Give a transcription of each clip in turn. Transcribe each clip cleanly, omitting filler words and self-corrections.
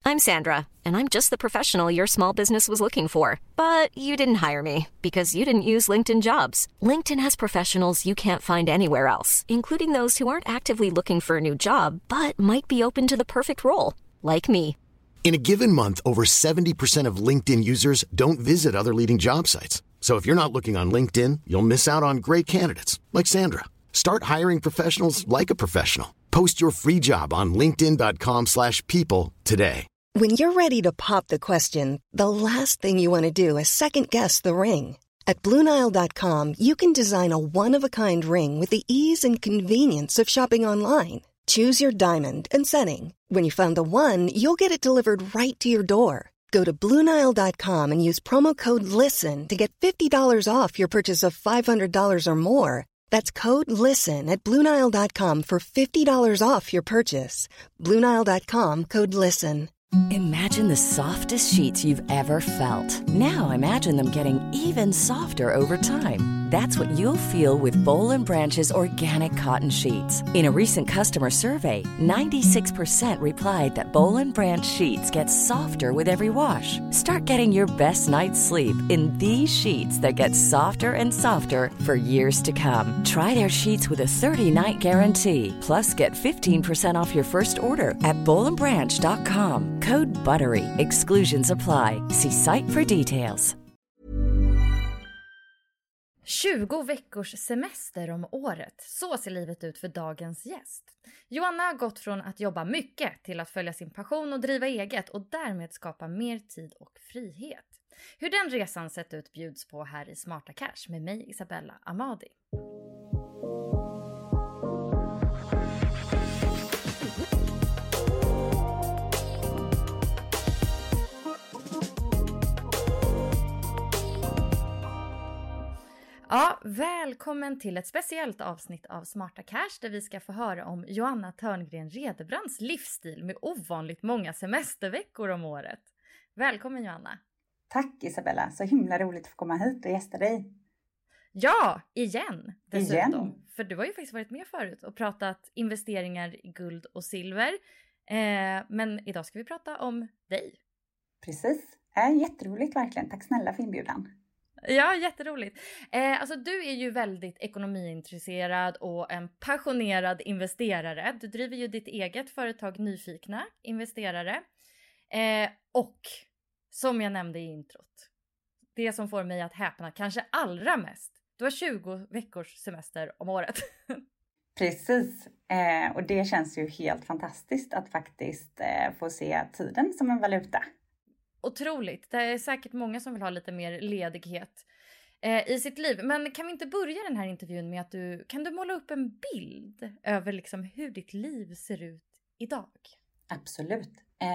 I'm Sandra, and I'm just the professional your small business was looking for. But you didn't hire me because you didn't use LinkedIn Jobs. LinkedIn has professionals you can't find anywhere else, including those who aren't actively looking for a new job, but might be open to the perfect role, like me. In a given month, over 70% of LinkedIn users don't visit other leading job sites. So if you're not looking on LinkedIn, you'll miss out on great candidates like Sandra. Start hiring professionals like a professional. Post your free job on linkedin.com/people today. When you're ready to pop the question, the last thing you want to do is second-guess the ring. At BlueNile.com, you can design a one-of-a-kind ring with the ease and convenience of shopping online. Choose your diamond and setting. When you find the one, you'll get it delivered right to your door. Go to BlueNile.com and use promo code LISTEN to get $50 off your purchase of $500 or more. That's code LISTEN at BlueNile.com for $50 off your purchase. BlueNile.com, code LISTEN. Imagine the softest sheets you've ever felt. Now imagine them getting even softer over time. That's what you'll feel with Boll & Branch's organic cotton sheets. In a recent customer survey, 96% replied that Boll & Branch sheets get softer with every wash. Start getting your best night's sleep in these sheets that get softer and softer for years to come. Try their sheets with a 30-night guarantee. Plus, get 15% off your first order at bollandbranch.com. Code BUTTERY. Exclusions apply. See site for details. 20 veckors semester om året. Så ser livet ut för dagens gäst. Joanna har gått från att jobba mycket till att följa sin passion och driva eget och därmed skapa mer tid och frihet. Hur den resan sett ut bjuds på här i Smarta Cash med mig, Isabella Amadi. Ja, välkommen till ett speciellt avsnitt av Smarta Cash där vi ska få höra om Joanna Törngren Redebrands livsstil med ovanligt många semesterveckor om året. Välkommen Joanna! Tack Isabella, så himla roligt att få komma hit och gästa dig. Ja, igen dessutom. Igen. För du har ju faktiskt varit med förut och pratat investeringar i guld och silver. Men idag ska vi prata om dig. Precis, jätteroligt verkligen. Tack snälla för inbjudan. Ja, jätteroligt. Alltså du är ju väldigt ekonomiintresserad och en passionerad investerare. Du driver ju ditt eget företag Nyfikna investerare. Och som jag nämnde i introt, det som får mig att häpna kanske allra mest. Du har 20 veckors semester om året. Precis, och det känns ju helt fantastiskt att faktiskt få se tiden som en valuta. Otroligt. Det är säkert många som vill ha lite mer ledighet i sitt liv. Men kan vi inte börja den här intervjun med att kan du måla upp en bild över liksom hur ditt liv ser ut idag? Absolut.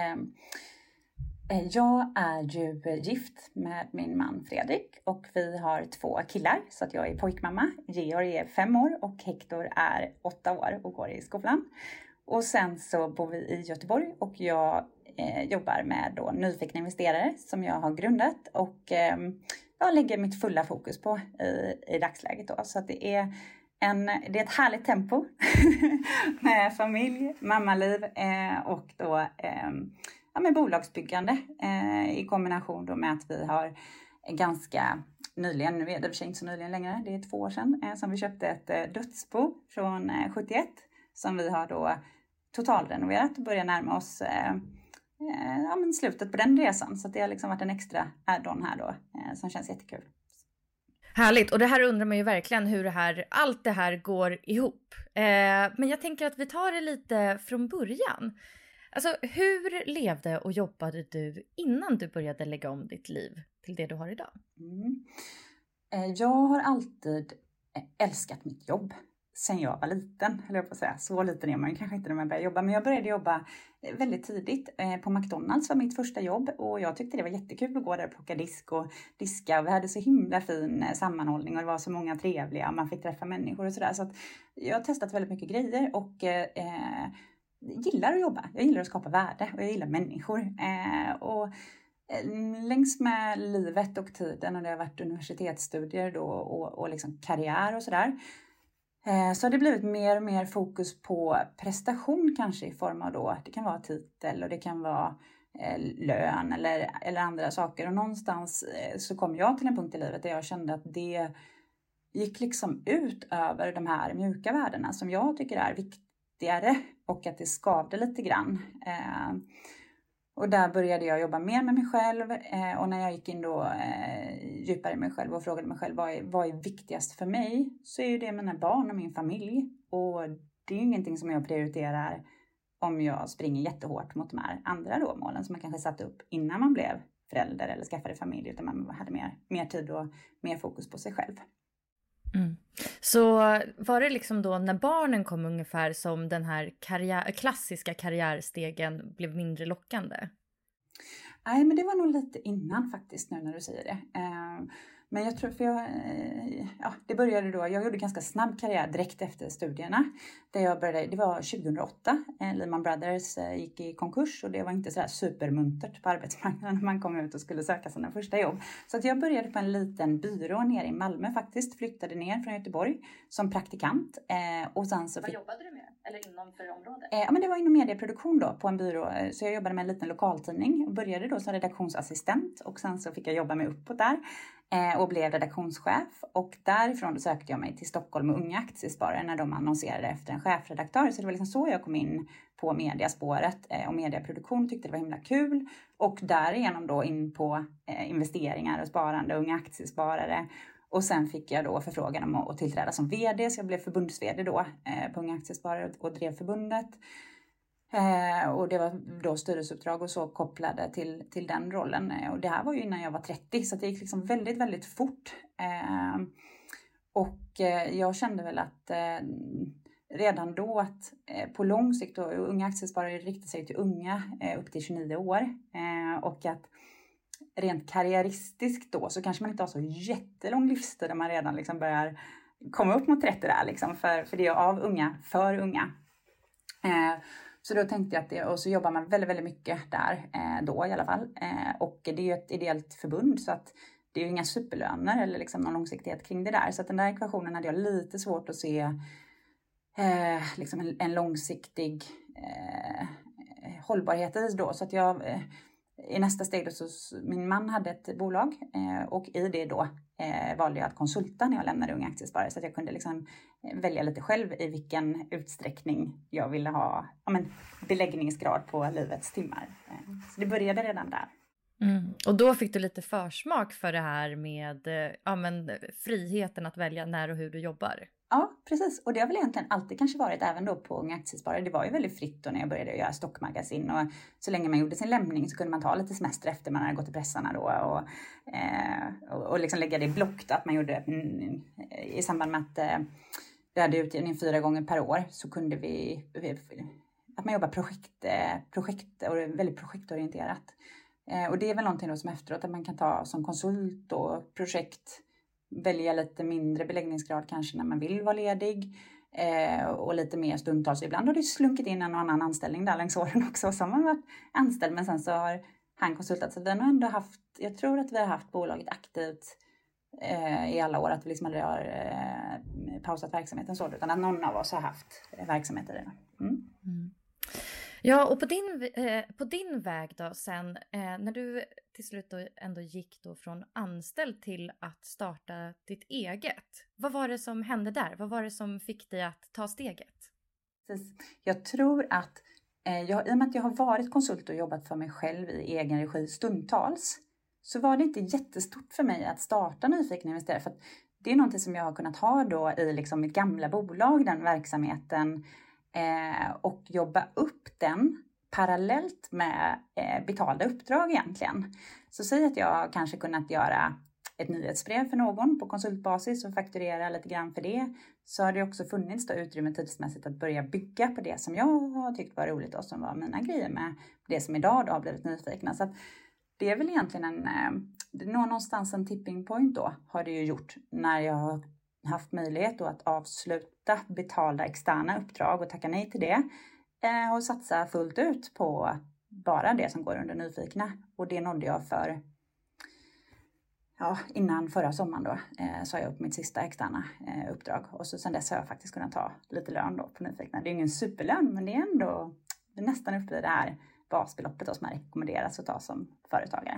Jag är ju gift med min man Fredrik och vi har 2 killar så att jag är pojkmamma. Georg är 5 år och Hector är 8 år och går i skolan. Och sen så bor vi i Göteborg och jag jobbar med då Nyfikna investerare som jag har grundat och jag lägger mitt fulla fokus på i dagsläget då. Så att det är ett härligt tempo med familj, mammaliv och då med bolagsbyggande i kombination då med att vi har ganska nyligen, nu är det för sig inte så nyligen längre, det är 2 år sedan som vi köpte ett dödsbo från 71 som vi har då totalrenoverat och börjar närma oss slutet på den resan. Så det har liksom varit en extra add-on här då som känns jättekul. Härligt, och det här undrar man ju verkligen hur allt det här går ihop. Men jag tänker att vi tar det lite från början. Alltså hur levde och jobbade du innan du började lägga om ditt liv till det du har idag? Jag har alltid älskat mitt jobb. Sen jag var liten, eller jag får säga. Så liten är man kanske inte när man börjar jobba. Men jag började jobba väldigt tidigt. På McDonalds var mitt första jobb. Och jag tyckte det var jättekul att gå där och plocka disk och diska. Och vi hade så himla fin sammanhållning. Och det var så många trevliga. Man fick träffa människor och sådär. Så att jag har testat väldigt mycket grejer. Och gillar att jobba. Jag gillar att skapa värde. Och jag gillar människor. Och längs med livet och tiden. Och det har varit universitetsstudier då. Och liksom karriär och sådär. Så har det blivit mer och mer fokus på prestation kanske i form av då, det kan vara titel och det kan vara lön eller andra saker. Och någonstans så kom jag till en punkt i livet där jag kände att det gick liksom ut över de här mjuka värdena som jag tycker är viktigare, och att det skavde lite grann. Och där började jag jobba mer med mig själv, och när jag gick in då djupare i mig själv och frågade mig själv vad är viktigast för mig, så är det mina barn och min familj. Och det är ju ingenting som jag prioriterar om jag springer jättehårt mot de här andra då målen som man kanske satte upp innan man blev förälder eller skaffade familj, utan man hade mer tid och mer fokus på sig själv. Mm. Så var det liksom då när barnen kom ungefär som den här klassiska karriärstegen blev mindre lockande? Nej, men det var nog lite innan faktiskt, nu när du säger det. Men jag tror, det började då, jag gjorde ganska snabb karriär direkt efter studierna. Där jag började, det var 2008, Lehman Brothers gick i konkurs, och det var inte sådär supermuntert på arbetsmarknaden när man kom ut och skulle söka sina första jobb. Så att jag började på en lyriten byrå nere i Malmö faktiskt, flyttade ner från Göteborg som praktikant. Och sen så Vad jobbade du med? Eller inom för området? Ja, men det var inom medieproduktion då på en byrå. Så jag jobbade med en liten lokaltidning och började då som redaktionsassistent, och sen så fick jag jobba mig uppåt där. Och blev redaktionschef, och därifrån då sökte jag mig till Stockholm och Unga Aktiesparare när de annonserade efter en chefredaktör. Så det var liksom så jag kom in på mediaspåret och mediaproduktion, tyckte det var himla kul, och därigenom då in på investeringar och sparande, Unga Aktiesparare. Och sen fick jag då förfrågan om att tillträda som vd, så jag blev förbunds-vd då på Unga Aktiesparare och drev förbundet. Och det var då styrelseuppdrag och så kopplade till den rollen. Och det här var ju innan jag var 30, så det gick liksom väldigt, väldigt fort. Och jag kände väl att redan då att på lång sikt då, Unga Aktiesparare riktar sig till unga upp till 29 år. Och att rent karriäristiskt då så kanske man inte har så jättelång livstid där man redan liksom börjar komma upp mot 30 där liksom, för det är av unga för unga. Så då tänkte jag att och så jobbar man väldigt, väldigt mycket där då i alla fall. Och det är ju ett ideellt förbund, så att det är ju inga superlöner eller liksom någon långsiktighet kring det där. Så att den där ekvationen hade jag lite svårt att se liksom en långsiktig hållbarhet i då. Så att jag i nästa steg då, så min man hade ett bolag och i det då valde jag att konsulta när jag lämnade Unga Aktiesparare, så att jag kunde liksom välja lite själv i vilken utsträckning jag ville ha beläggningsgrad på livets timmar. Så det började redan där. Mm. Och då fick du lite försmak för det här med friheten att välja när och hur du jobbar. Ja, precis. Och det har väl egentligen alltid kanske varit även då på Unga Aktiesparare. Det var ju väldigt fritt då när jag började göra stockmagasin, och så länge man gjorde sin lämning så kunde man ta lite semester efter man hade gått till pressarna då och liksom lägga det i block då, att man gjorde i samband med att vi hade utgivning 4 gånger per år, så kunde vi att man jobbar projekt och väldigt projektorienterat. Och det är väl någonting då som efteråt att man kan ta som konsult och projekt, välja lite mindre beläggningsgrad kanske när man vill vara ledig och lite mer stundtals. Ibland har det slunkit in en och annan anställning där längs åren också som har varit anställd, men sen så har han konsultat, så vi har nog ändå haft, jag tror att vi har haft bolaget aktivt i alla år, att vi liksom aldrig har pausat verksamheten så, utan att någon av oss har haft verksamhet i det. Mm. Mm. Ja, och på din väg då sen, när du till slut då ändå gick då från anställd till att starta ditt eget. Vad var det som hände där? Vad var det som fick dig att ta steget? Precis. Jag tror att i och med att jag har varit konsult och jobbat för mig själv i egen regi stundtals, så var det inte jättestort för mig att starta Nyfikna Investerare, för att det är någonting som jag har kunnat ha då i liksom mitt gamla bolag, den verksamheten, och jobba upp den parallellt med betalda uppdrag egentligen. Så säg att jag kanske kunnat göra ett nyhetsbrev för någon på konsultbasis och fakturera lite grann för det, så har det också funnits då utrymme tidsmässigt att börja bygga på det som jag har tyckt var roligt och som var mina grejer med det som idag då har blivit Nyfikna. Så att det är väl egentligen någonstans en tipping point då har det ju gjort när jag har haft möjlighet då att avsluta betalda externa uppdrag och tacka nej till det och satsa fullt ut på bara det som går under Nyfikna. Och det nådde jag för innan förra sommaren då sa jag upp mitt sista externa uppdrag, och så sen dess har jag faktiskt kunnat ta lite lön då på Nyfikna. Det är ingen superlön, men det är ändå nästan uppe i det här basbeloppet då, som rekommenderas att ta som företagare.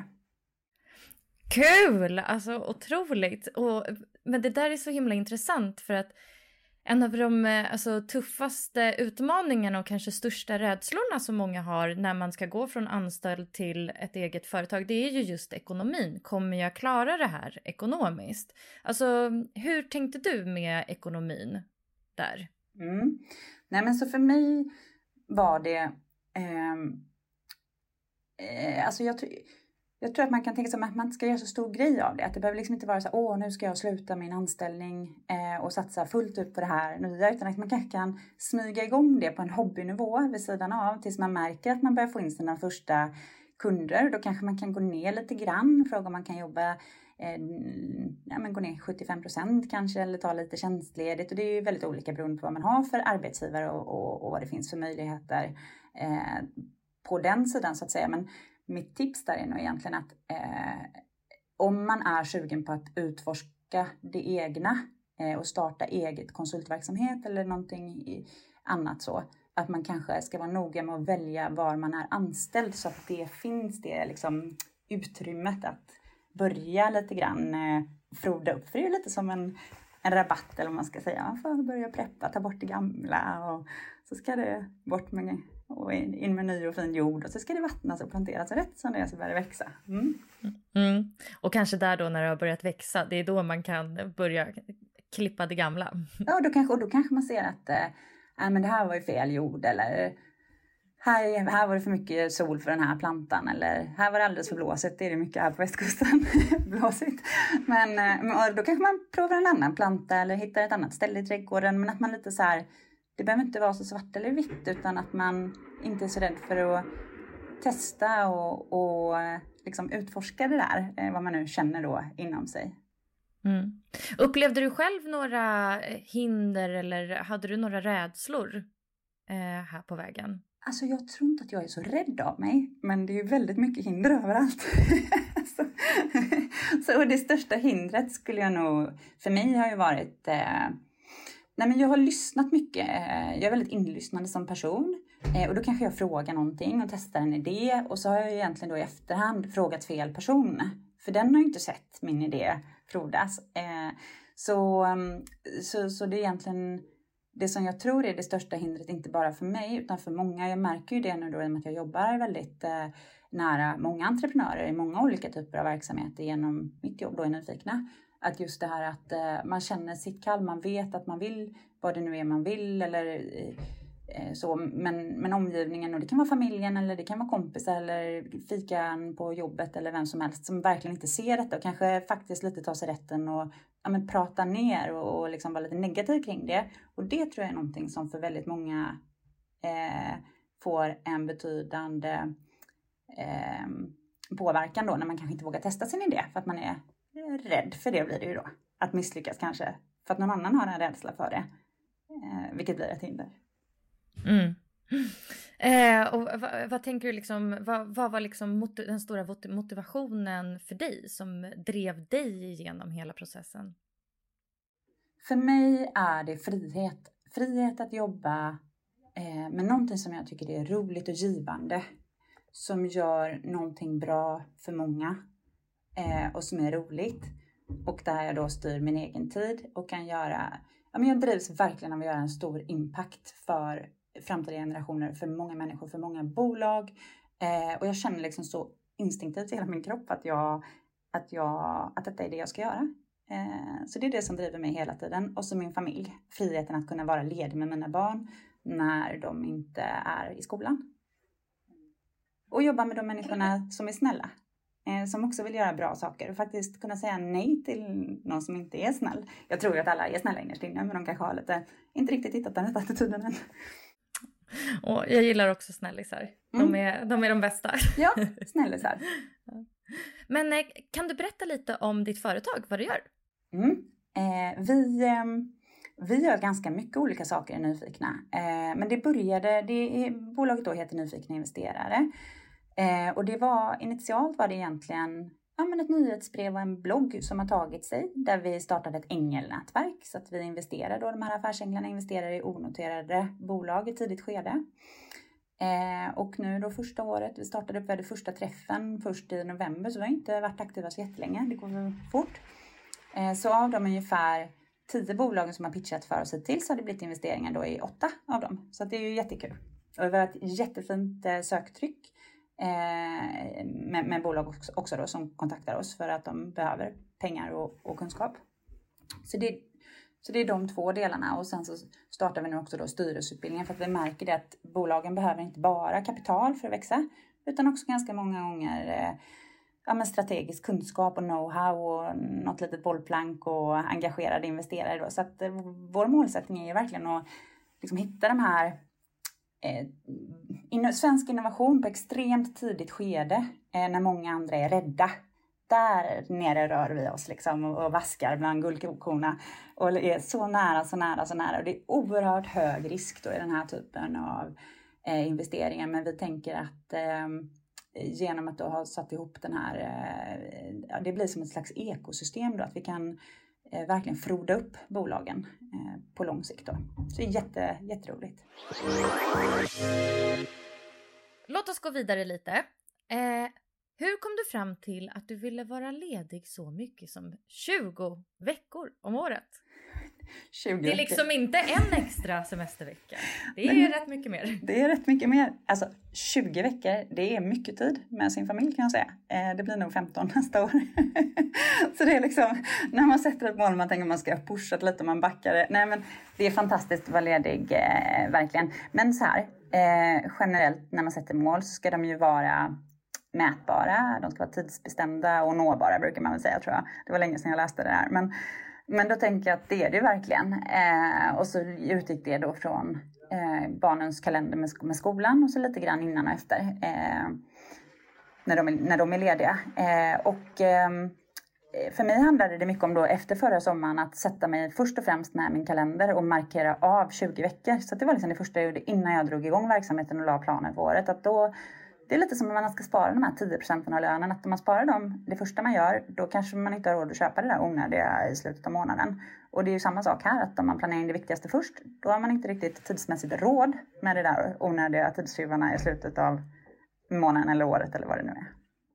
Kul! Alltså otroligt. Men det där är så himla intressant för att en av de tuffaste utmaningarna och kanske största rädslorna som många har när man ska gå från anställd till ett eget företag, det är ju just ekonomin. Kommer jag klara det här ekonomiskt? Alltså, hur tänkte du med ekonomin där? Nej, men så för mig var det... Jag tror att man kan tänka sig att man inte ska göra så stor grej av det. Att det behöver liksom inte vara så nu ska jag sluta min anställning och satsa fullt ut på det här nya. Utan att man kanske kan smyga igång det på en hobbynivå vid sidan av. Tills man märker att man börjar få in sina första kunder. Då kanske man kan gå ner lite grann. Fråga om man kan jobba, gå ner 75% kanske. Eller ta lite tjänstledigt. Och det är ju väldigt olika beroende på vad man har för arbetsgivare och vad det finns för möjligheter på den sidan så att säga. Men mitt tips där är nog egentligen att om man är sugen på att utforska det egna och starta eget konsultverksamhet eller någonting annat så. Att man kanske ska vara noga med att välja var man är anställd så att det finns det liksom utrymmet att börja lite grann froda upp. För det är lite som en rabatt eller vad man ska säga. Man får börja preppa, ta bort det gamla och så ska det bort med och in med ny och fin jord och så ska det vattnas och planteras rätt som det är så börjar det växa. Och kanske där då när det har börjat växa, det är då man kan börja klippa det gamla. Ja, då kanske man ser att men det här var ju fel jord eller här var det för mycket sol för den här plantan eller här var det alldeles för blåsigt, det är det mycket här på västkusten, blåsigt. Men då kanske man provar en annan planta eller hittar ett annat ställe i trädgården, men att man lite så här, det behöver inte vara så svart eller vitt utan att man inte är så rädd för att testa och liksom utforska det där, vad man nu känner då inom sig. Upplevde du själv några hinder eller hade du några rädslor här på vägen? Alltså jag tror inte att jag är så rädd av mig, men det är ju väldigt mycket hinder överallt. så det största hindret skulle jag nog, för mig har ju varit, men jag har lyssnat mycket, jag är väldigt inlyssnande som person. Och då kanske jag frågar någonting och testar en idé och så har jag egentligen då i efterhand frågat fel person. För den har ju inte sett min idé frodas. Så det är egentligen det som jag tror är det största hindret, inte bara för mig utan för många. Jag märker ju det nu då i och med att jag jobbar väldigt nära många entreprenörer i många olika typer av verksamheter genom mitt jobb då i Nyfikna. Att just det här att man känner sitt kall, man vet att man vill vad det nu är man vill eller så. Men omgivningen, och det kan vara familjen eller det kan vara kompisar eller fikan på jobbet eller vem som helst som verkligen inte ser detta och kanske faktiskt lite tar sig rätten och prata ner och liksom vara lite negativ kring det. Och det tror jag är någonting som för väldigt många får en betydande påverkan då när man kanske inte vågar testa sin idé för att man är rädd för det blir det ju då. Att misslyckas kanske för att någon annan har en rädsla för det. Vilket blir ett hinder. Och vad tänker du liksom, vad var liksom den stora motivationen för dig som drev dig igenom hela processen? För mig är det frihet. Frihet att jobba med någonting som jag tycker är roligt och givande. Som gör någonting bra för många. Och som är roligt. Och där jag då styr min egen tid och kan göra... jag drivs verkligen av att göra en stor impact för framtida generationer, för många människor, för många bolag. Och jag känner liksom så instinktivt i hela min kropp att detta är det jag ska göra. Så det är det som driver mig hela tiden. Och så min familj. Friheten att kunna vara ledig med mina barn när de inte är i skolan. Och jobba med de människorna som är snälla. Som också vill göra bra saker. Och faktiskt kunna säga nej till någon som inte är snäll. Jag tror ju att alla är snälla innerst inne. Men de kanske har inte riktigt hittat den här attityden än. Och jag gillar också snällisar. De är de bästa. Ja, snällisar. Men kan du berätta lite om ditt företag, vad du gör? Vi gör ganska mycket olika saker i Nyfikna. Men bolaget då heter Nyfikna Investerare. Och initialt var det egentligen ett nyhetsbrev och en blogg som har tagit sig. Där vi startade ett ängelnätverk. Så att vi investerar då, de här affärsänglarna investerar i onoterade bolag i tidigt skede. Och nu då första året, vi hade första träffen först i november, så vi har inte varit aktiva så jättelänge, det går fort. Så av de ungefär 10 bolagen som har pitchat för oss hittills så har det blivit investeringar då i 8 av dem. Så det är ju jättekul. Och vi har ett jättefint söktryck med bolag också då som kontaktar oss för att de behöver pengar och kunskap. Så det är de 2 delarna, och sen så startar vi nu också då styrelseutbildningen för att vi märker det att bolagen behöver inte bara kapital för att växa utan också ganska många gånger strategisk kunskap och know-how och något litet bollplank och engagerade investerare då. Så att vår målsättning är ju verkligen att liksom hitta de här svensk innovation på extremt tidigt skede när många andra är rädda. Där nere rör vi oss liksom och vaskar bland guldkorna och är så nära. Och det är oerhört hög risk då i den här typen av investeringar. Men vi tänker att genom att då ha satt ihop den här, det blir som ett slags ekosystem då, att vi kan verkligen froda upp bolagen på lång sikt då. Så det är jätteroligt. Låt oss gå vidare lite. Hur kom du fram till att du ville vara ledig så mycket som 20 veckor om året? 20 det är liksom inte en extra semestervecka. Det är rätt mycket mer. Det är rätt mycket mer. Alltså 20 veckor, det är mycket tid med sin familj kan jag säga. Det blir nog 15 nästa år. Så det är liksom, när man sätter ett mål, man tänker att man ska pusha lite och man backar det. Nej men det är fantastiskt att vara ledig, verkligen. Men så här, generellt när man sätter mål så ska de ju vara mätbara, de ska vara tidsbestämda och nåbara brukar man väl säga, tror jag. Det var länge sedan jag läste det här. Men då tänker jag att det är det verkligen. Och så utgick det då från barnens kalender med skolan och så lite grann innan och efter. När de är lediga. För mig handlade det mycket om då efter förra sommaren att sätta mig först och främst med min kalender och markera av 20 veckor. Så det var liksom det första jag gjorde innan jag drog igång verksamheten och la planen för året. Att då, det är lite som när man ska spara de här 10% av lönen. Att om man sparar dem, det första man gör, då kanske man inte har råd att köpa det där onödiga i slutet av månaden. Och det är ju samma sak här, att om man planerar in det viktigaste först, då har man inte riktigt tidsmässigt råd med det där onödiga tidstjuvarna i slutet av månaden eller året eller vad det nu är.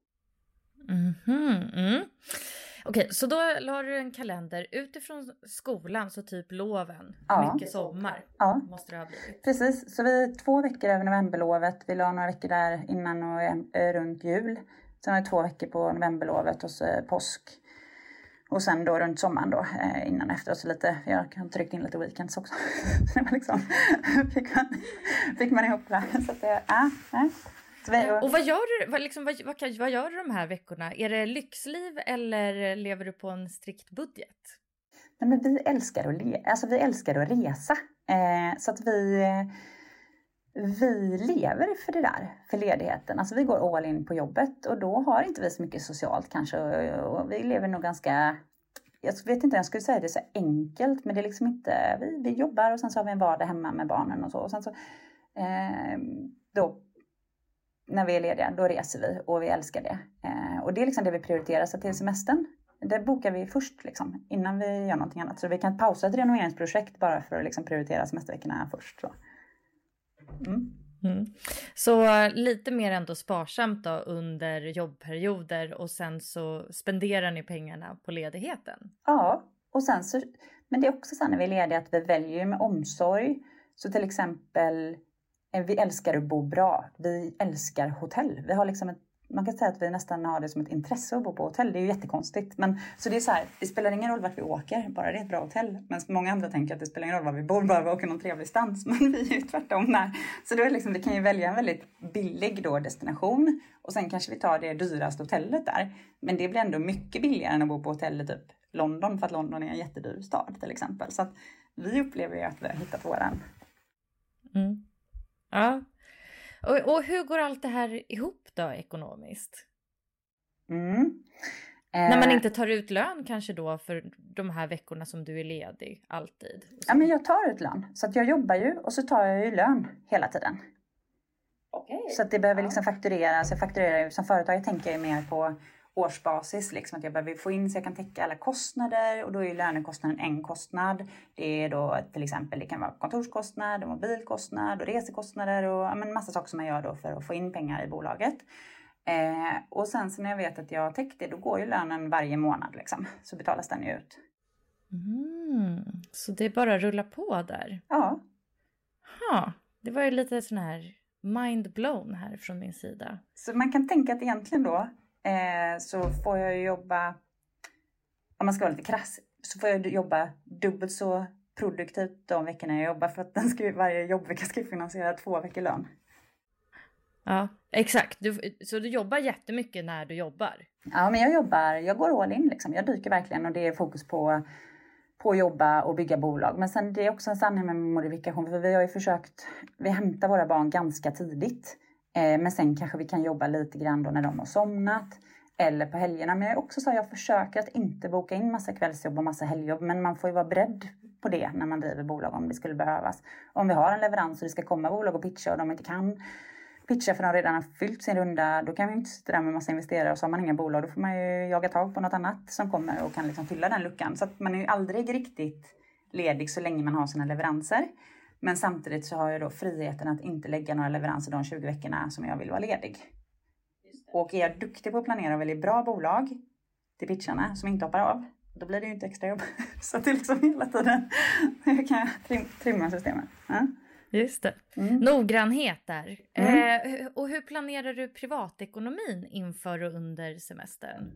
Okej, så då la du en kalender utifrån skolan, så typ loven, mycket sommar måste det ha blivit. Precis, så vi 2 veckor över novemberlovet, vi la några veckor där innan och runt jul. Sen var det 2 veckor på novemberlovet och så påsk. Och sen då runt sommaren då, innan och efter. Och så lite, jag har tryckt in lite weekends också. Så det var liksom, fick man ihop det. Så att det, nej. Och vad gör du de här veckorna? Är det lyxliv eller lever du på en strikt budget? Nej, men vi älskar att resa. Så att vi lever för det där, för ledigheten. Alltså vi går all in på jobbet och då har inte vi så mycket socialt kanske. Och vi lever nog ganska, jag vet inte, jag skulle säga det så enkelt. Men det är liksom inte, vi jobbar och sen så har vi en vardag hemma med barnen och så. Och sen så då, när vi är lediga, då reser vi och vi älskar det. Och det är liksom det vi prioriterar. Så till semestern, det bokar vi först liksom, innan vi gör någonting annat. Så vi kan pausa ett renoveringsprojekt bara för att liksom prioritera semesterveckorna först. Så. Så lite mer ändå sparsamt då under jobbperioder och sen så spenderar ni pengarna på ledigheten? Ja, och sen så, men det är också så när vi är lediga att vi väljer med omsorg. Så till exempel, vi älskar att bo bra. Vi älskar hotell. Vi har liksom man kan säga att vi nästan har det som ett intresse att bo på hotell. Det är ju jättekonstigt. Men, så det är så här, det spelar ingen roll vart vi åker. Bara det är ett bra hotell. Men många andra tänker att det spelar ingen roll var vi bor. Bara vi åker någon trevlig stans. Men vi är ju tvärtom där. Så då är liksom, vi kan ju välja en väldigt billig då destination. Och sen kanske vi tar det dyraste hotellet där. Men det blir ändå mycket billigare än att bo på hotell i typ London. För att London är en jättedyr stad till exempel. Så att vi upplever ju att vi har hittat våran. Ja. Och hur går allt det här ihop då ekonomiskt? När man inte tar ut lön kanske då för de här veckorna som du är ledig alltid? Ja, men jag tar ut lön. Så att jag jobbar ju och så tar jag ju lön hela tiden. Okay. Så att det behöver liksom faktureras. Jag fakturerar ju som företag, jag tänker mer på årsbasis. Liksom, att jag behöver få in så jag kan täcka alla kostnader. Och då är ju lönekostnaden en kostnad. Det är då till exempel, det kan vara kontorskostnad, och mobilkostnad och resekostnader. Och men massa saker som man gör då för att få in pengar i bolaget. Och sen så när jag vet att jag har täckt det, då går ju lönen varje månad liksom. Så betalas den ju ut. Så det är bara att rulla på där? Ja. Det var ju lite sån här mind blown här från min sida. Så man kan tänka att egentligen då så får jag jobba, om man ska vara lite krass, så får jag jobba dubbelt så produktivt de veckorna jag jobbar, för att varje jobbvecka ska finansiera 2 veckor lön. Ja, exakt. Så du jobbar jättemycket när du jobbar? Ja, men jag går all in liksom. Jag dyker verkligen, och det är fokus på att jobba och bygga bolag. Men sen det är också en sanning med modifikation, för vi har ju vi hämtar våra barn ganska tidigt. Men sen kanske vi kan jobba lite grann då när de har somnat eller på helgerna. Men jag är också så här, jag försöker att inte boka in massa kvällsjobb och massa helgjobb. Men man får ju vara beredd på det när man driver bolag om det skulle behövas. Om vi har en leverans och det ska komma bolag och pitcha och de inte kan pitcha för de redan har fyllt sin runda, då kan vi inte sitta där med massa investerare, och så har man inga bolag, då får man ju jaga tag på något annat som kommer och kan liksom fylla den luckan. Så att man är ju aldrig riktigt ledig så länge man har sina leveranser. Men samtidigt så har jag då friheten att inte lägga några leveranser de 20 veckorna som jag vill vara ledig. Och är jag duktig på att planera och välja bra bolag till pitcharna som inte hoppar av, då blir det ju inte extra jobb. Så det är liksom hela tiden kan jag trimma systemet. Ja. Just det. Noggrannhet där. Och hur planerar du privatekonomin inför och under semestern?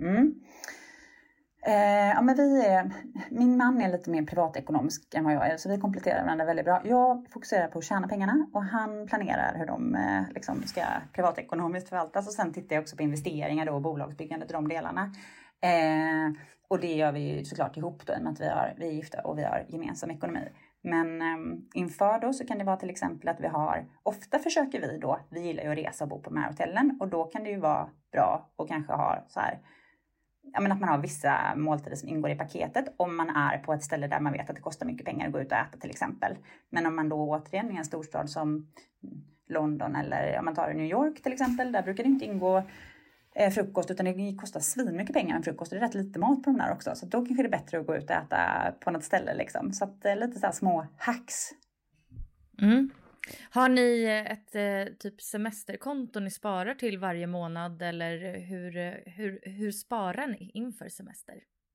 Ja, men min man är lite mer privatekonomisk än vad jag är, så vi kompletterar varandra väldigt bra. Jag fokuserar på att tjäna pengarna och han planerar hur de liksom ska privatekonomiskt förvaltas. Och sen tittar jag också på investeringar då, och bolagsbyggandet och de delarna. Och det gör vi såklart ihop då, i och med att vi är gifta och vi har gemensam ekonomi. Men inför då så kan det vara till exempel att ofta försöker vi gillar ju att resa och bo på de här hotellen, och då kan det ju vara bra och kanske ha så här, att man har vissa måltider som ingår i paketet om man är på ett ställe där man vet att det kostar mycket pengar att gå ut och äta till exempel. Men om man då återigen är en storstad som London, eller om man tar New York till exempel, där brukar det inte ingå frukost, utan det kostar svinmycket pengar en frukost, och det är rätt lite mat på de där också, så då kanske det är bättre att gå ut och äta på något ställe liksom. Så att lite så här små hacks. Har ni ett typ semesterkonto ni sparar till varje månad, eller hur sparar ni inför semester?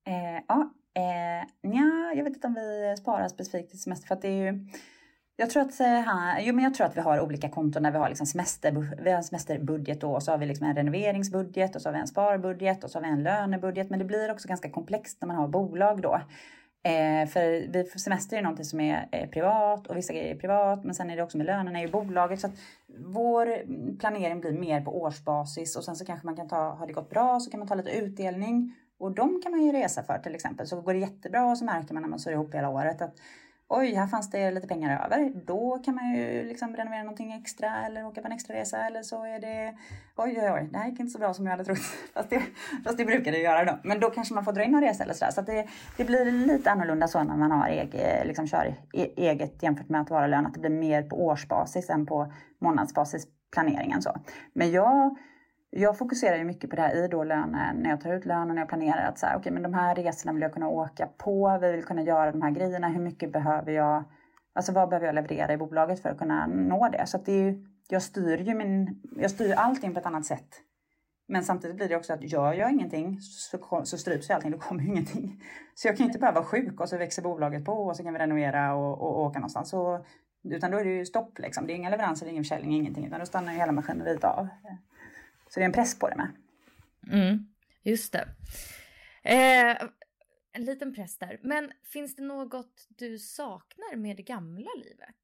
Jag vet inte om vi sparar specifikt till semester, för att det är ju, jag tror att vi har olika konton där vi har liksom vi har en semesterbudget då, och så har vi liksom en renoveringsbudget, och så har vi en sparbudget, och så har vi en lönebudget. Men det blir också ganska komplext när man har bolag då. För semester är någonting som är privat, och vissa grejer är privat, men sen är det också med lönerna i bolaget. Så att vår planering blir mer på årsbasis, och sen så kanske man kan har det gått bra så kan man ta lite utdelning, och de kan man ju resa för till exempel. Så går det jättebra, och så märker man när man står ihop hela året att oj, här fanns det lite pengar över. Då kan man ju liksom renovera någonting extra eller åka på en extra resa. Eller så är det, oj, det här gick inte så bra som jag hade trott. Fast det brukar det göra då. Men då kanske man får dra in en resa eller sådär. Så att det blir lite annorlunda så när man har kör eget jämfört med att vara lön. Att det blir mer på årsbasis än på månadsbasis planeringen så. Men jag fokuserar ju mycket på det här i då lönen, när jag tar ut lönen och när jag planerar att så här, okej, men de här resorna vill jag kunna åka på, vi vill kunna göra de här grejerna, hur mycket behöver jag, alltså vad behöver jag leverera i bolaget för att kunna nå det. Så att jag styr allting på ett annat sätt. Men samtidigt blir det också att gör jag ingenting så stryps allting, då kommer ingenting. Så jag kan inte bara vara sjuk och så växer bolaget på och så kan vi renovera och åka någonstans. Utan då är det ju stopp liksom, det är inga leveranser, det är ingen försäljning, ingenting, utan då stannar ju hela maskineriet av. Så det är en press på det med. Just det. En liten press där. Men finns det något du saknar med det gamla livet?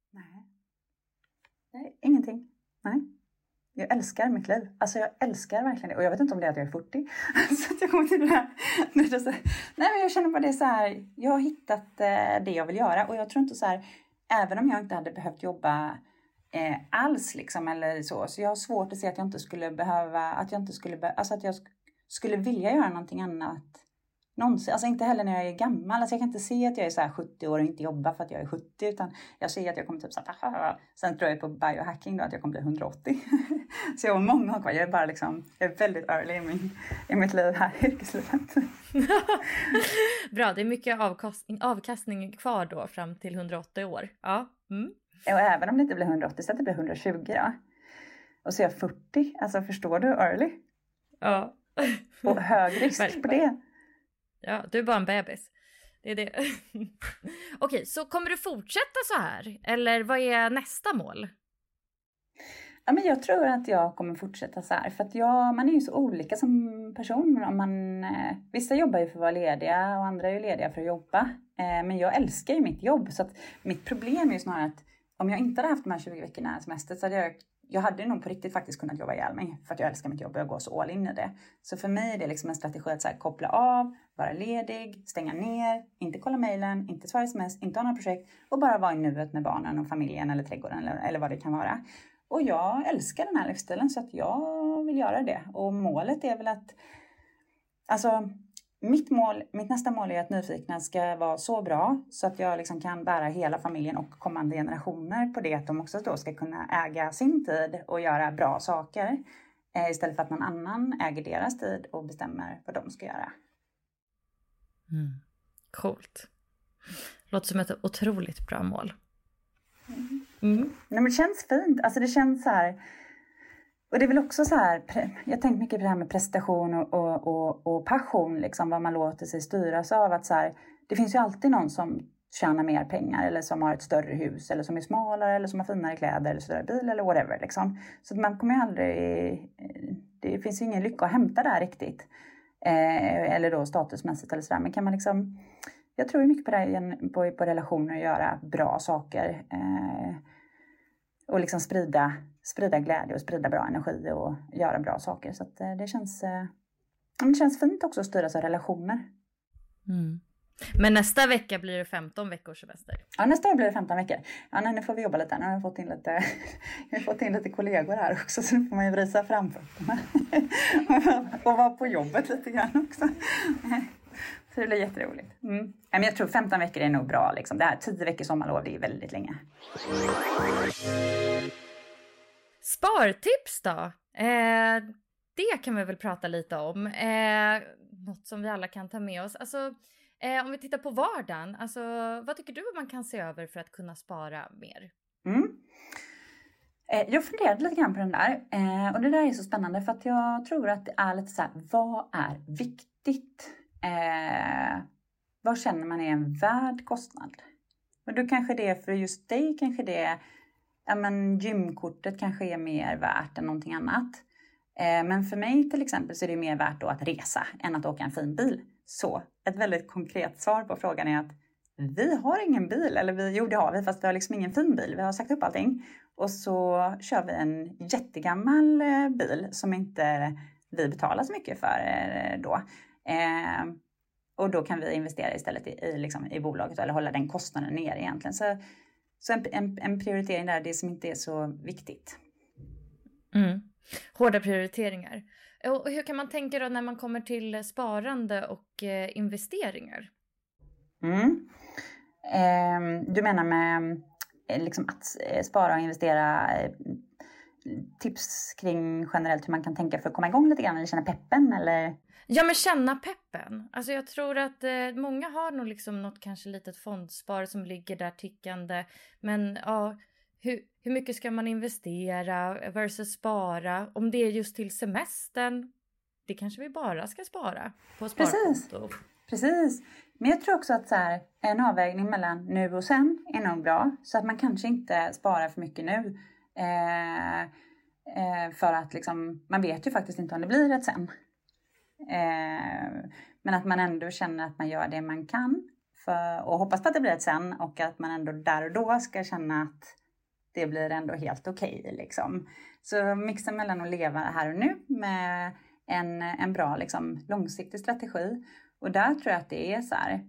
Nej, ingenting. Nej. Jag älskar mitt liv. Alltså jag älskar verkligen det. Och jag vet inte om det är att jag är 40. Så att jag kommer till det här. Nej, men jag känner bara det så här. Jag har hittat det jag vill göra. Och jag tror inte så här. Även om jag inte hade behövt jobba alls liksom eller så jag har svårt att se att jag inte skulle behöva, alltså att jag skulle vilja göra någonting annat någonsin. Alltså inte heller när jag är gammal. Alltså jag kan inte se att jag är så här 70 år och inte jobbar för att jag är 70. Utan jag ser att jag kommer typ så här, sen tror jag på biohacking då att jag kommer bli 180. Så jag har många år kvar. Jag är bara liksom, jag är väldigt early i mitt liv här i yrkeslivet. Bra, det är mycket avkastning kvar då fram till 180 år. Ja. Mm. Och även om det inte blir 180 så att det blir 120 då. Och så är jag 40. Alltså förstår du, early? Ja. Och hög risk på det. Ja, du är bara en bebis. Det är det. Okej, så kommer du fortsätta så här? Eller vad är nästa mål? Ja, men jag tror att jag kommer fortsätta så här. För att man är ju så olika som person. Vissa jobbar ju för att vara lediga och andra är ju lediga för att jobba. Men jag älskar ju mitt jobb. Så att mitt problem är ju snarare att om jag inte hade haft de här 20 veckorna semester så hade jag hade nog på riktigt faktiskt kunnat jobba ihjäl mig. För att jag älskar mitt jobb och jag går så all in i det. Så för mig är det liksom en strategi att så här, koppla av, vara ledig, stänga ner, inte kolla mejlen, inte svara sms, inte ha några projekt. Och bara vara i nuet med barnen och familjen eller trädgården eller vad det kan vara. Och jag älskar den här livsstilen så att jag vill göra det. Och målet är väl att, alltså mitt nästa mål är att Nyfikna ska vara så bra så att jag liksom kan bära hela familjen och kommande generationer på det. Att de också då ska kunna äga sin tid och göra bra saker. Istället för att någon annan äger deras tid och bestämmer vad de ska göra. Coolt. Låter som ett otroligt bra mål. Nej, men det känns fint. Alltså det känns så här. Och det är väl också så här. Jag har tänkt mycket på det här med prestation och passion. Liksom, vad man låter sig styras av. Att så här, det finns ju alltid någon som tjänar mer pengar. Eller som har ett större hus. Eller som är smalare. Eller som har finare kläder. Eller större bil. Eller whatever. Liksom. Så att man kommer ju aldrig. Det finns ju ingen lycka att hämta där riktigt. Eller då statusmässigt eller sådär. Men kan man liksom. Jag tror mycket på det på relationer och göra bra saker. Och liksom sprida glädje och sprida bra energi och göra bra saker. Så att det känns fint också att styras av relationer. Men nästa vecka blir det 15 veckors semester. Ja, nästa år blir det 15 veckor. Ja, nu får vi jobba lite. Nu har jag fått in lite kollegor här också. Så nu får man ju vrisa framfötterna. Och vara på jobbet lite grann också. Så det blir jätteroligt. Men jag tror 15 veckor är nog bra. Liksom. Det här 10 veckor sommarlov, det är väldigt länge. Spartips då? Det kan vi väl prata lite om. Något som vi alla kan ta med oss. Alltså, om vi tittar på vardagen. Alltså, vad tycker du att man kan se över för att kunna spara mer? Jag funderade lite grann på den där. Och det där är så spännande. För att jag tror att det är lite så här. Vad är viktigt? Vad känner man är en värd kostnad? Och då kanske det för just dig kanske det. Ja, men gymkortet kanske är mer värt än någonting annat. Men för mig till exempel så är det mer värt då att resa än att åka en fin bil. Så ett väldigt konkret svar på frågan är att vi har ingen bil. Eller jo, det har vi, fast vi har liksom ingen fin bil. Vi har sagt upp allting. Och så kör vi en jättegammal bil som inte vi betalar så mycket för då. Och då kan vi investera istället i bolaget eller hålla den kostnaden ner egentligen. Så en prioritering där, det som inte är så viktigt. Hårda prioriteringar. Och hur kan man tänka då när man kommer till sparande och investeringar? Du menar med liksom att spara och investera, tips kring generellt hur man kan tänka för att komma igång lite grann eller känna peppen eller? Ja, men känna peppen. Alltså jag tror att många har nog liksom något kanske litet fondspar som ligger där tickande. Men ja, hur mycket ska man investera versus spara? Om det är just till semestern, det kanske vi bara ska spara på sparkonto. Precis. Men jag tror också att så här, en avvägning mellan nu och sen är nog bra. Så att man kanske inte sparar för mycket nu. För att liksom, man vet ju faktiskt inte om det blir ett sen. Men att man ändå känner att man gör det man kan. Och hoppas på att det blir ett sen. Och att man ändå där och då ska känna att det blir ändå helt okej. Liksom. Så mixa mellan att leva här och nu med en bra liksom, långsiktig strategi. Och där tror jag att det är så här.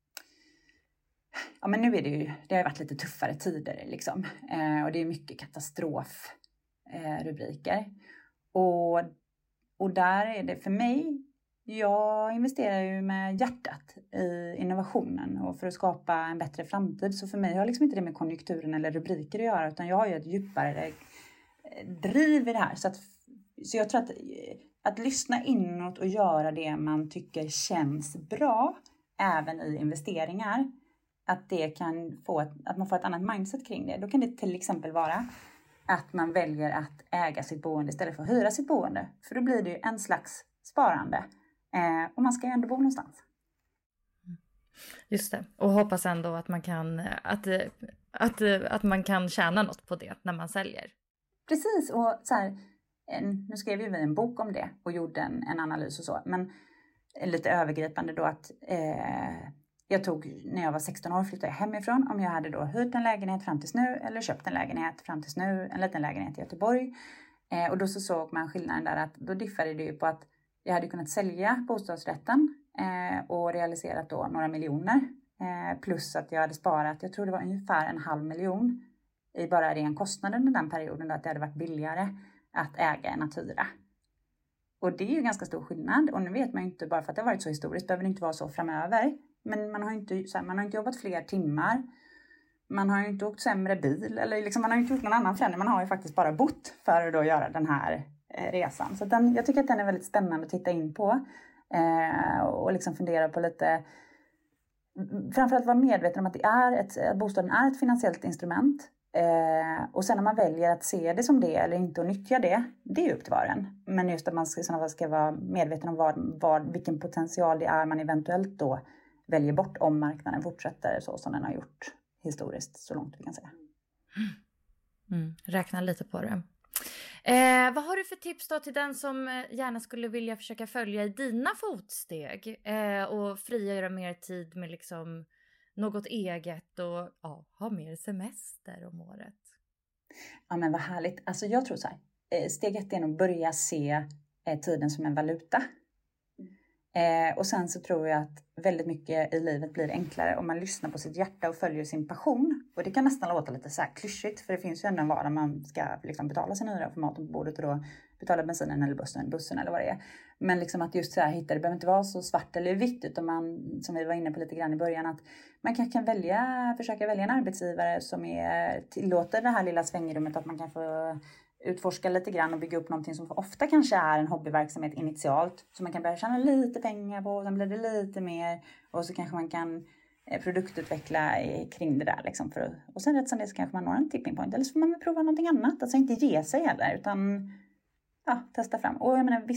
Ja, men nu är det har varit lite tuffare tider liksom. Och det är mycket katastrofrubriker. Och där är det för mig Jag investerar ju med hjärtat i innovationen och för att skapa en bättre framtid. Så för mig har liksom inte det med konjunkturen eller rubriker att göra, utan jag har ju ett djupare driv i det här. Så jag tror att lyssna inåt och göra det man tycker känns bra, även i investeringar, att det kan få att man får ett annat mindset kring det. Då kan det till exempel vara att man väljer att äga sitt boende istället för att hyra sitt boende. För då blir det ju en slags sparande. Och man ska ju ändå bo någonstans. Just det. Och hoppas ändå att man kan, att man kan tjäna något på det när man säljer. Precis. Och så här, nu skrev ju vi en bok om det och gjorde en analys och så. Men lite övergripande då att jag tog, när jag var 16 år flyttade jag hemifrån. Om jag hade då hyrt en lägenhet fram tills nu eller köpt en lägenhet fram tills nu. En liten lägenhet i Göteborg. Och då så såg man skillnaden där att då diffade det ju på att jag hade kunnat sälja bostadsrätten och realiserat då några miljoner. Plus att jag hade sparat, jag tror det var ungefär 500 000 i bara ren kostnad under den perioden. Då att det hade varit billigare att äga än att hyra. Och det är ju ganska stor skillnad. Och nu vet man ju inte, bara för att det har varit så historiskt, behöver det inte vara så framöver. Men man har inte jobbat fler timmar. Man har ju inte åkt sämre bil. Eller liksom, man har ju inte gjort någon annan förändring. Man har ju faktiskt bara bott för att då göra den här resan. Så jag tycker att den är väldigt spännande att titta in på. Och liksom fundera på lite. Framförallt vara medveten om att att bostaden är ett finansiellt instrument. Och sen när man väljer att se det som det eller inte och nyttja det är upp till var en. Men just att man ska vara medveten om vilken potential det är man eventuellt då väljer bort om marknaden fortsätter så som den har gjort historiskt, så långt vi kan säga. Räkna lite på det. Vad har du för tips då till den som gärna skulle vilja försöka följa i dina fotsteg och frigöra mer tid med liksom något eget och ha mer semester om året? Ja, men vad härligt. Alltså jag tror så här. Steg 1 är att börja se tiden som en valuta. Och sen så tror jag att väldigt mycket i livet blir enklare om man lyssnar på sitt hjärta och följer sin passion. Och det kan nästan låta lite så här klyschigt, för det finns ju ändå en vardag man ska liksom betala sin hyra för maten på bordet och då betala bensinen eller bussen eller vad det är. Men liksom att just så här hitta, det behöver inte vara så svart eller vitt, utan man, som vi var inne på lite grann i början, att man kan försöka välja en arbetsgivare som tillåter det här lilla svängrummet, att man kan få utforska lite grann och bygga upp någonting som ofta kanske är en hobbyverksamhet initialt. Så man kan börja tjäna lite pengar på, och sen blir det lite mer. Och så kanske man kan produktutveckla kring det där. Liksom och sen rätt som det så kanske man når en tipping point. Eller så får man väl prova någonting annat. Alltså inte ge sig heller, utan testa fram. Och jag menar,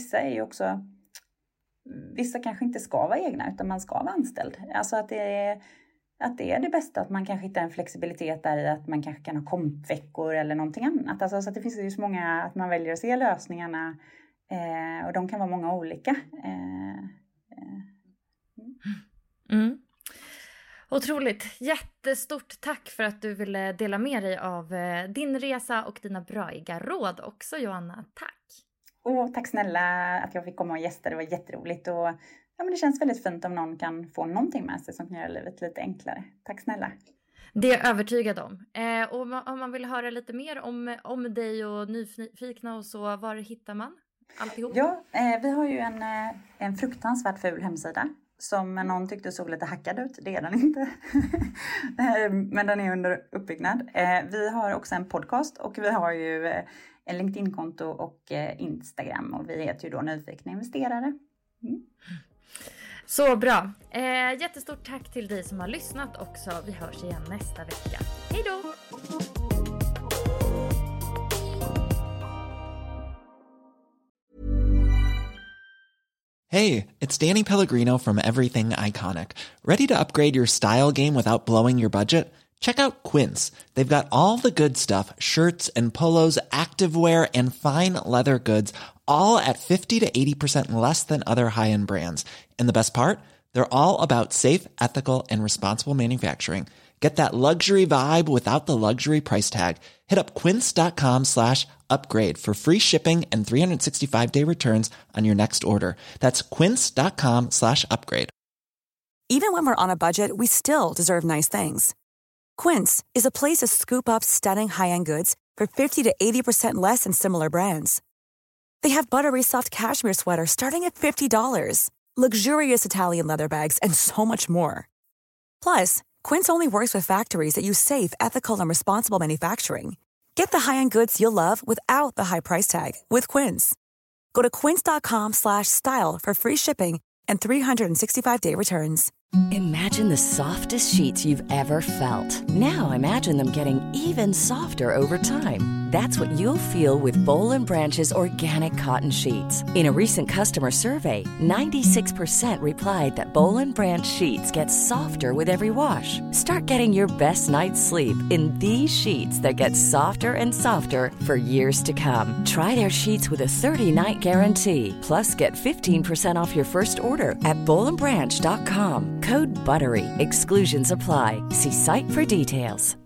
vissa kanske inte ska vara egna, utan man ska vara anställd. Alltså att det är det bästa, att man kanske hittar en flexibilitet där i att man kanske kan ha kompveckor eller någonting annat. Alltså så att det finns ju så många, att man väljer att se lösningarna och de kan vara många olika. Otroligt. Jättestort tack för att du ville dela med dig av din resa och dina braiga råd också, Johanna. Tack. Tack snälla att jag fick komma och gästa. Det var jätteroligt och men det känns väldigt fint om någon kan få någonting med sig som kan göra livet lite enklare. Tack snälla. Det är jag övertygad om. Och om man vill höra lite mer om dig och nyfikna och så, var hittar man alltihop? Ja, vi har ju en fruktansvärt ful hemsida som någon tyckte såg lite hackad ut. Det är den inte. Men den är under uppbyggnad. Vi har också en podcast och vi har ju en LinkedIn-konto och Instagram. Och vi heter ju då Nyfikna investerare. Så bra. Jättestort tack till dig som har lyssnat också. Vi hörs igen nästa vecka. Hej då! Hey, it's Danny Pellegrino from Everything Iconic. Ready to upgrade your style game without blowing your budget? Check out Quince. They've got all the good stuff, shirts and polos, activewear and fine leather goods, all at 50 to 80% less than other high-end brands. And the best part? They're all about safe, ethical, and responsible manufacturing. Get that luxury vibe without the luxury price tag. Hit up quince.com/upgrade for free shipping and 365-day returns on your next order. That's quince.com/upgrade. Even when we're on a budget, we still deserve nice things. Quince is a place to scoop up stunning high-end goods for 50 to 80% less than similar brands. They have buttery soft cashmere sweaters starting at $50, luxurious Italian leather bags, and so much more. Plus, Quince only works with factories that use safe, ethical, and responsible manufacturing. Get the high-end goods you'll love without the high price tag with Quince. Go to quince.com/style for free shipping and 365-day returns. Imagine the softest sheets you've ever felt. Now imagine them getting even softer over time. That's what you'll feel with Boll & Branch's organic cotton sheets. In a recent customer survey, 96% replied that Boll & Branch sheets get softer with every wash. Start getting your best night's sleep in these sheets that get softer and softer for years to come. Try their sheets with a 30-night guarantee. Plus, get 15% off your first order at bollandbranch.com. Code BUTTERY. Exclusions apply. See site for details.